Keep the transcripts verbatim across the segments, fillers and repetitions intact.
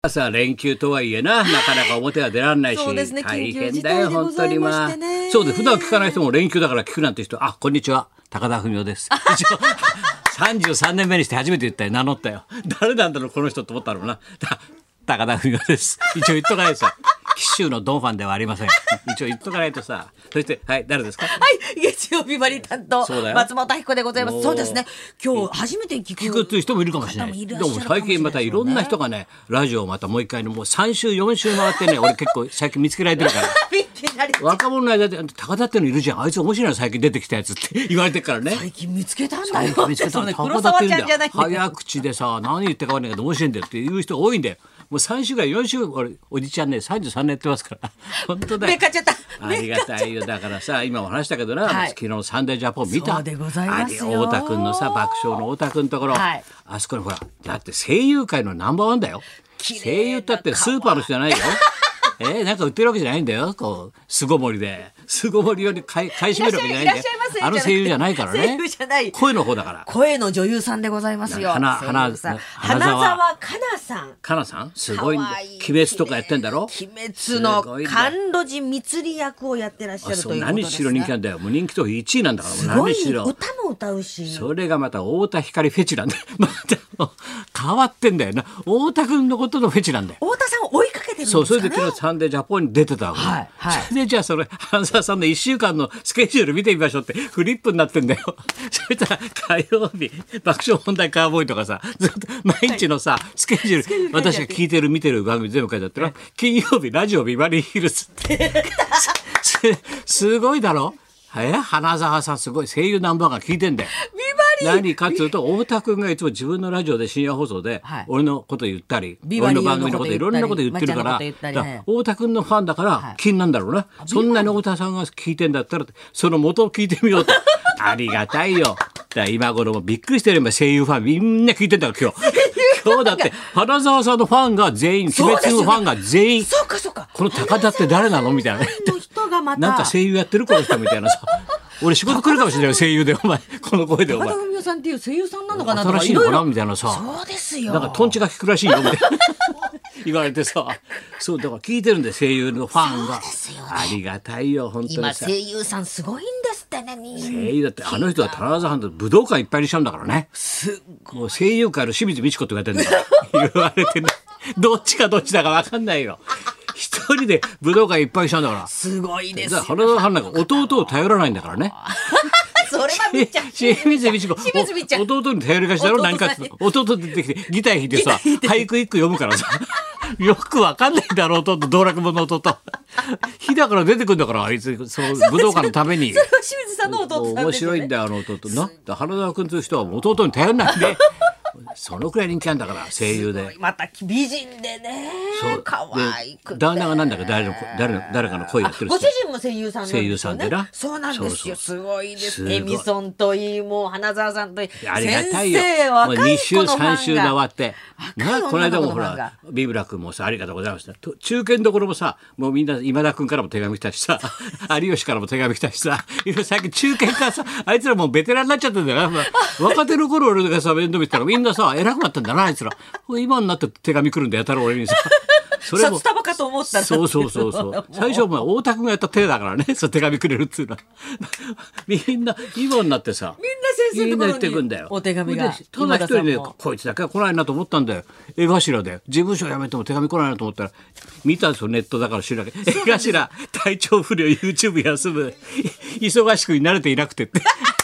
朝連休とはいえな、なかなか表は出られないし、 そうですね、 大緊急変だよ事態でご本当にざいままあしてね。 そうで普段聞かない人も連休だから聞くなんて人、あこんにちは高田文夫です一応さんじゅうさんねんめにして初めて言ったよ、名乗ったよ。誰なんだろうこの人と思ったのな。た高田文夫です一応言っとかないとさ、紀州のドンファンではありません一応言っとかないとさ。そしてはい誰ですか。 はい月曜日バリ担当そうだよ松本明子でございます。 もうそうですね、今日初めて聞く聞くっていう人もいるかもしれない。 方もいでもらっしゃるかもしれない最近またいろんな人がねラジオをまたもう一回のもうさん週よん週回ってね俺結構最近見つけられてるから見てられて若者の間で高田ってのいるじゃん、あいつ面白いの最近出てきたやつって言われてるからね。 最近見つけたんだ最よ。 近見つけたそうね高黒沢田って言うんちゃんじゃないだよ。早口でさ何言ってか分かんないけど面白いんだよっていう人が多いんだよ。もうさん週からよん週俺おじちゃんねさんじゅうさんねんやってますから本当だよ。 目かっちゃったありがたいよ。だからさ今も話したけどな、 はい昨日サンデージャポン見た。 そうでございますよあれ太田君のさ爆笑の太田君のところ、 はいあそこにほらだって声優界のナンバーワンだよ。 綺麗な声優だってスーパーの人じゃないよえー、なんか売ってるわけじゃないんだよ。こう巣ごもりで巣ごもりより買い買い占めるわけじゃないんだよいらっしゃいませ。 あの声優じゃないからね。 声優じゃない声の方だから。 声の女優さんでございますよ。 花声優さん花花花澤香菜さん。 かなさんすごいんだよ。 可愛い鬼滅とかやってんだろ。 鬼滅のすごいんだよ甘露寺蜜里役をやってらっしゃあるそう何ということですしろ人気なね。 んだよ。もう人気といちいなんだからもうすごい何しろ。 歌も歌うし。 それがまた太田光フェチなんだよ。また変わってんだよな。太田君のことのフェチなんだよ。 太田さんを追いかけてるんですかね。 そうそれで昨日サンデージャポンに出てたわけ、 はいはいそれでじゃあそれ花澤さんのいっしゅうかんのスケジュール見てみましょうってフリップになってんだよ。それから火曜日爆笑問題カーボーイとかさずっと毎日のさ、スケジュールケジュール書いてあって私が聞いてる見てる番組全部書いてあってな、金曜日ラジオビバリーヒルズってすすごいだろ。え花澤さんすごい声優ナンバーが聞いてんだよ。 ビバリー何かっていうと太田君がいつも自分のラジオで深夜放送ではい俺のこと言ったり、 ビバリー俺の番組のこといろんなこと言ってるから、 まっちゃんのこと言ったりだから太田君のファンだからい気になるんだろうな、そんなに太田さんが聞いてんだったらその元を聞いてみようとありがたいよ。だから今頃もびっくりしてる今声優ファンみんな聞いてんだから今日今日だって花澤さんのファンが全員鬼滅のファンが全員そうかそうか。 この高田って誰なのみたいなねの人がまたなんか声優やってるこの人みたいなさ俺仕事来るかもしれないよ声優でお前この声でお前高田文夫さんっていう声優さんなのかなとか新しいのかろろないみたいなさそうですよ。 なんかトンチが効くらしいよみたいな言われてさ、そうだから聞いてるんで声優のファンが、ありがたいよ本当今にさ。 声優さんすごいんですってね。人気声優だってあの人は田中さんと武道館いっぱいにしちゃうんだからね。 すもう声優界の清水美智子って言われてるんだよ言われてねどっちかどっちだか分かんないよ。一人で武道館いっぱいにしちゃうんだから。 すごいですよ。 だから花田さんなんか弟を頼らないんだからね。 それはめっちゃ清水美智子清水美智子お弟に頼りがちだろ弟さん何かって弟出てきてギター弾いてさギター弾いて俳句一句読むからさよくわかんないだろう弟道楽門の弟日だから出てくるんだからあいつそう武道館のためにそれは清水さんの弟さんですよね。 面白いんだよあの弟な。だから花澤君という人は弟に頼んないんでそのくらい人気あるんだから声優で。 また美人でねそう可愛くてで旦那がなんだか誰の誰の誰かの声やってるご人主人も声優さんなんですよね。 声優さんでなそうなんですよ。 そうそうすごいですすごいエミソンといいもう花澤さんといいありがたいよ。 先生もう若いに週子のファンがさん週で終わって若いなこの間もほ女の子のファンがらビブラ君もさありがとうございましたと中堅どころもさもうみんな今田君からも手紙来たしさ有吉からも手紙来たしさいろいろ最近中堅からさあいつらもうベテランになっちゃってんだよな若手の頃俺がさ面倒見てたらみんなさ偉くなったんだなあいつら今になって手紙来るんだよやたら俺にさそれも札束かと思ったらそうそうそうそう最初はもう太田君がやった手だからねそう手紙くれるっていうのはみんな今になってさみんな先生のところにみんな言ってくんだよお手紙がそれでただ一人ね今田さんもこいつだけは来ないなと思ったんだよ江頭で事務所辞めても手紙来ないなと思ったら見たんですよネットだから知らない江頭体調不良 YouTube 休む忙しくに慣れていなくてって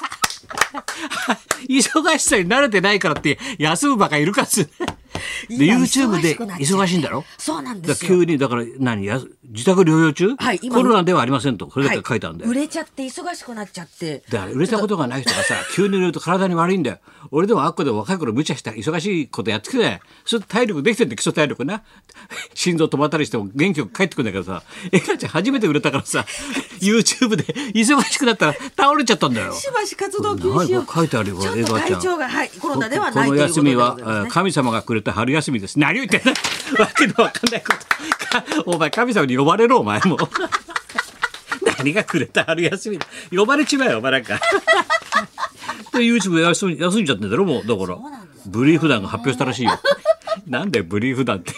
忙しさに慣れてないからって休むばかいるかっつで YouTube で忙しいんだろ。 そうなんだですよ。 から急にだから何や自宅療養中、 はい今コロナではありませんとこれだけ書いてあるんだよ、 売れちゃって忙しくなっちゃってだから売れたことがない人がさ急に売れると体に悪いんだよ。俺でもあっこでも若い頃無茶した忙しいことやってきてそれ体力できてるんで基礎体力な心臓止まったりしても元気よく帰ってくるんだけどさえかちゃん初めて売れたからさ YouTube で忙しくなったら倒れちゃったんだよ。 しばし活動禁止を何これ書いてあるよこちょっとれ江川ちゃん体調が、はい、コロナではこないということの休みはでございますねえー神様がくれた春休みです。何を言ってんだわけのわかんないことかお前神様に呼ばれろお前も何がくれた春休みだ呼ばれちまえよお前なんかで YouTube で休ん休んじゃってんだろもうだからブリーフ団が発表したらしいよなんでブリーフ団って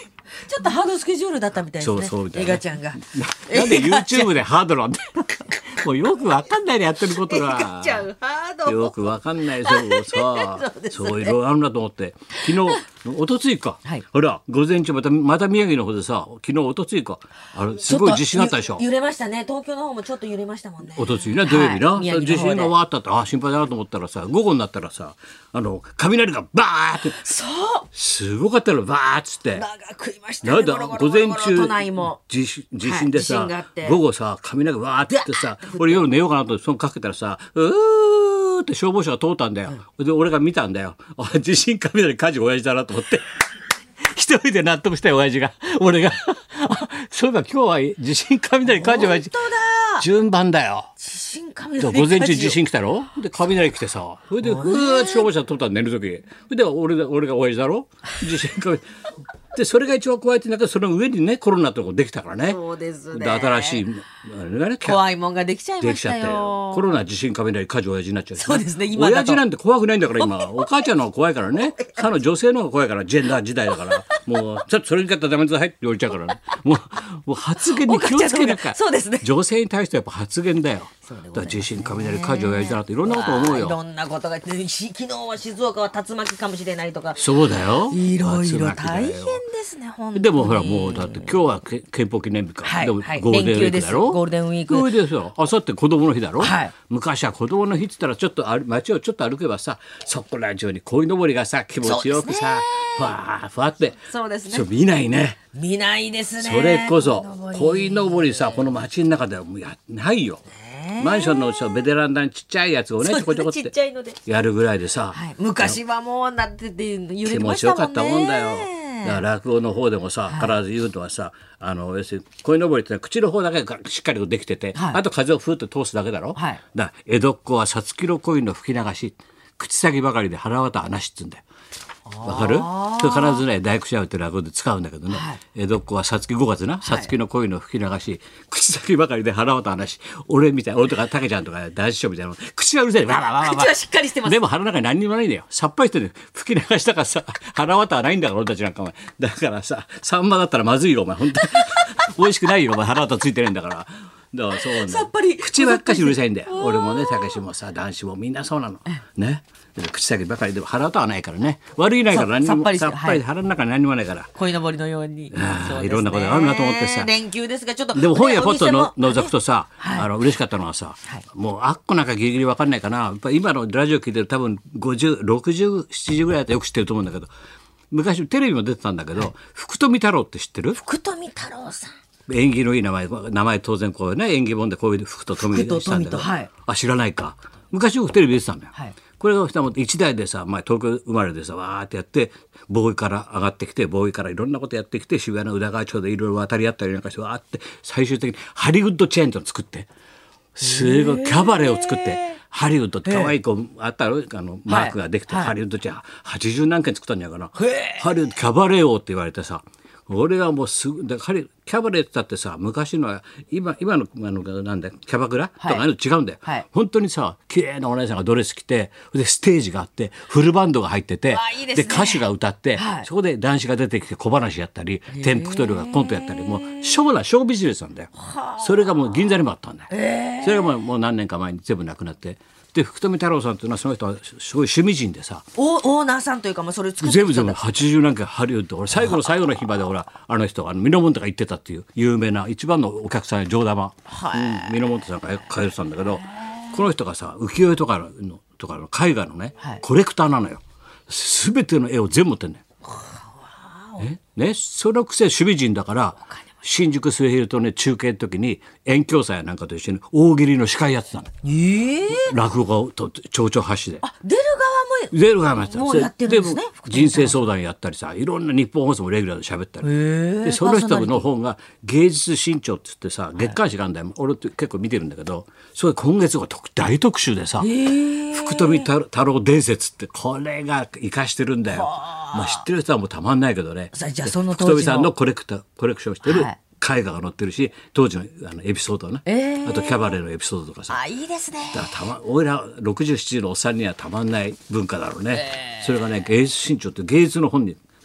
ちょっとハードスケジュールだったみたいですね。 そうそうみたいな映画ちゃんが。 なんで YouTube でハードなんだよもうよくわかんないでやってること映が画ちゃんハード。 よくわかんないそうさそうですねそういろいろあるんだと思って昨日おとついか、 はいほら午前中またまた宮城の方でさ昨日おとついかあれすごい地震あったでしょちょっとゆ揺れましたね。東京の方もちょっと揺れましたもんね。 おとついな土曜日な、 はい宮城地の方で震がわーっとあってあ心配だなと思ったらさ午後になったらさあの雷がバーってそう。 すごかったのバーっつって長くいましたね。 なんだゴロゴロ午前中都内も。 地震地震でさ、 はい地震があって午後さ雷がわーってってさガーッて降って俺夜寝ようかなと思ってそのかけたらさうーって消防車が通ったんだよ、で俺が見たんだよあ地震雷火事親父だなと思って一人で納得したよ親父が俺があそういえば今日は地震雷火事親父本当だ。 順番だよ地震で雷。 午前中地震来たろで雷来てさそれでふーって消防車通ったら寝る時それで俺が俺が親父だろ地震雷でそれが一番怖いってんだけどその上にねコロナってことできたからねそうですね。 で新しいあれがね怖いもんができちゃいできちゃったましたよ。 よコロナ地震雷火事親父になっちゃう、 そうですね今だと親父なんて怖くないんだから今お母ちゃんの方が怖いからねさの女性の方が怖いからジェンダー時代だからもうちょっとそれに言ったらダメだはいって言われちゃうからねもうもう発言に気をつけなきゃそうですね。 女性に対してやっぱ発言だよそうでだからございますね地震雷火事親父だなっていろんなこと思ういろよんなことがし昨日は静岡は竜巻かもしれないとかそうだよいろいろ竜巻だよ大変ですね本当に。 でもほらもうだって今日はけ憲法記念日か、でもはいはいゴールデンウィークだろ連休ですゴールデンウィークそれでさあさって子供の日だろ、 はい昔は子供の日っつったらちょっとある街をちょっと歩けばさそこら中に鯉のぼりがさ気持ちよくさ、 そうですねふわーふわってそうですねそう見ないね見ないですね。 それこそ鯉鯉のぼりさこの街の中ではもうやないよ、マンションのさベテランなちっちゃいやつをねそうちょこちょこっちっちゃいのでてやるぐらいでさ、 はい、昔はもうなってて揺れ気て持ちよかっましたもんね。 たもんだよ。だから落語の方でもさ、必ず言うのはさあの要するに鯉のぼりってのは口の方だけがしっかりとできてて、 はいあと風をふーって通すだけだろ、 はいだから江戸っ子はさつきの鯉の吹き流し口先ばかりで腹渡はなしっつうんだよ。わかる？それ必ずね大工し合うって落語で使うんだけどね、 はい江戸っ子はさつきごがつなさつきの鯉の吹き流し口先ばかりで腹渡はなし俺みたい俺とかたけちゃんとか大師匠みたいなの口がうるさいわわわわわ口はしっかりしてます。 でも腹の中に何にもないんだよさっぱりしてる吹き流したからさ腹渡はないんだから俺たちなんかお前だからさサンマだったらまずいよお前本当に美味しくないよお前腹渡ついてないんだからだからそうなんだよさっぱり口ばっかしうるさいんだよ俺もねたけしもさ男子もみんなそうなのね口先ばかりでも腹渡はないからね悪いないから何にもさっぱりしてさっぱり腹の中に何にもないから鯉のぼりのように。 あーそうですねいろんなことがあるなと思ってさ連休ですがちょっとでも本屋ねポッとのお店も覗くとさ、 はいあの嬉しかったのはさ、 はいもうあっこなんかギリギリ分かんないかなやっぱ今のラジオ聞いてる多分ごじゅうろくじゅうななじゅうぐらいだとよく知ってると思うんだけど昔テレビも出てたんだけど、福富太郎って知ってる福富太郎さん。 縁起のいい名前名前当然こういうね縁起本でこういう福と富福としたんだけど、 富とはいあ知らないか昔よくテレビ出てたんだよ、 はいこれが一台でさ、まあ、東京生まれでさわーってやってボーイから上がってきてボーイからいろんなことやってきて渋谷の宇田川町でいろいろ渡り合ったりなんかしてわーって最終的にハリウッドチェーンってのを作ってすごいキャバレーを作ってハリウッドって可愛い子あったろあのマークができて、 はいハリウッドチェーンはちじゅう何件作ったんじゃないかなへーハリウッドキャバレー王って言われてさ俺はもうすぐだからキャバレーって言ったってさ昔のは今今のあのなんだキャバクラ、 はいとかああいうの違うんだよ、 はい本当にさ綺麗なお姉さんがドレス着てでステージがあってフルバンドが入っててあいいですね歌手が歌って、 はいそこで男子が出てきて小話やったり転覆トイレがコントやったりもうショーなショービジネスなんだよそれがもう銀座にもあったんだよ、それがもうもう何年か前に全部なくなってで福富太郎さんっていうのはその人はすごい趣味人でさオオーナーさんというかもうそれ作って全部全部きたんだ。 はちじゅう何回ハリウッド俺最後の最後の日まで俺はあの人あのミノモンタが行ってたっていう有名な一番のお客さんや上玉、うん、ミノモンタさんが通ってたんだけどこの人がさ浮世絵とかのとかの絵画のね、 はいコレクターなのよ全ての絵を全部持ってんねんえねそのくせ趣味人だから新宿末広とね中継の時に遠鏡祭やなんかと一緒に大喜利の司会やってたのええ落語家と蝶々発で。 あ出る側もゼロがやってたもうやってるんですねも福富太郎人生相談やったりさいろんな日本放送もレギュラーで喋ったりへえでその人の本が芸術新潮って言ってさ月刊誌があるんだよ、俺って結構見てるんだけどそれ今月が特大特集でさ福富太郎伝説ってこれが生かしてるんだよ、まあ、知ってる人はもうたまんないけどねさあじゃあその当時の福富さんのコレクタコレクションしてるはい絵画が載ってるし当時のあのエピソードね、 えーあとキャバレーのエピソードとかさあいいですね。 だからたま俺らろくじゅうななじゅうのおっさんにはたまんない文化だろうね、それがね芸術新潮って芸術の本に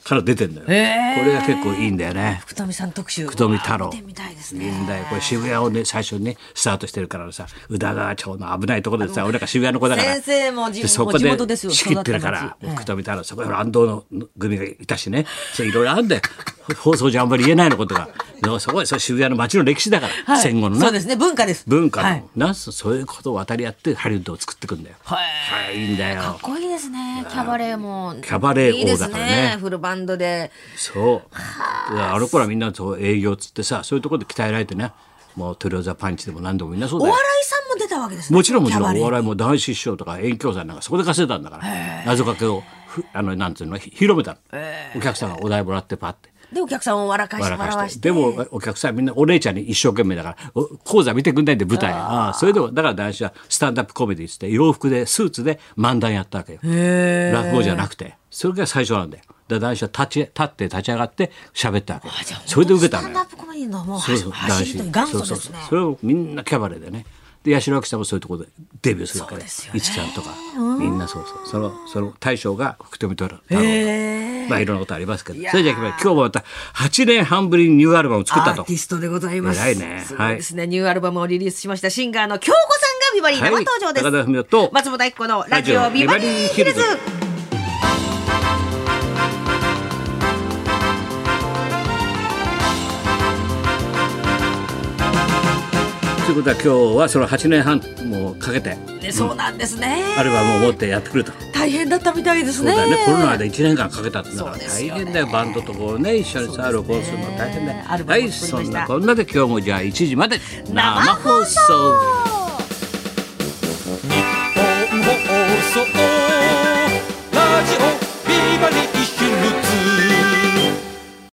から出てんだよ、 へーこれが結構いいんだよね。 福富さん特集。 福富太郎見てみたいですいいね。 んだよこれ。渋谷をね最初にねスタートしてるからさ、宇田川町の危ないところでさ、俺ら渋谷の子だから先生も地でそこもう地で元ですよ仕切ってるから、 育った町もう福富太郎そこで乱道の組がいたしね、そういろいろあるんだよ放送じゃあんまり言えないのことが。でもそこでそれ渋谷の街の歴史だから、 はい戦後のなそうですね、文化です。 文化の、 はいなそういうことを渡り合ってハリウッドを作っていくんだよ。はい、いいんだよ。 かっこいいですね。キャバレーもキャバレー王いいですだからねフルバンドで。 そうであの頃はみんなそう営業っつってさ、そういうところで鍛えられてね、もうトリオザパンチでも何でもみんなそうだよ。 お笑いさんも出たわけですね。 もちろんもちろんキャバレーお笑いも男子師匠とか遠京さんなんかそこで稼いだんだから、謎かけをふあのなんていうのひ広めたの、お客さんがお題もらってパッてでお客さんを笑かし笑か笑わして。 してでもお客さんみんなお姉ちゃんに一生懸命だからお講座見てくんないんで舞台ああそれでもだから男子はスタンダップコメディっつって洋服でスーツで漫談やったわけよ。落語じゃなくてそれが最初なんだよ。で男子は立ち立って立ち上がって喋ったわけよ。それで受けたのよ。 スタンダップコメディのもうそうそう走りという元祖ですね。 そうそうそうそれをみんなキャバレーでね。で八代亜紀さんもそういうところでデビューするわけでそうですよねいちちゃんとかみんなそうそうそのその大将が福富太郎まあいろんなことありますけど、それじゃあ今日もまたはちねんはんぶりにニューアルバムを作ったとアーティストでございます。 偉いねすごいですね、ニューアルバムをリリースしましたシンガーの京子さんがビバリー生登場です。 はい高田文夫と松本明子のラジオビバリーヒルズ。 ということは今日はそのはちねんはんもかけてね、そうなんですね。 アルバムを持ってやってくると。 大変だったみたいですね。 そうだよね、コロナでいちねんかんかけたってだからそうです大よね変だよ。バンドとこうね一緒にさ録音するの大変だよ。 アルバはい、 ムを作りましたそんなこんなで今日もじゃあいちじまで生放送。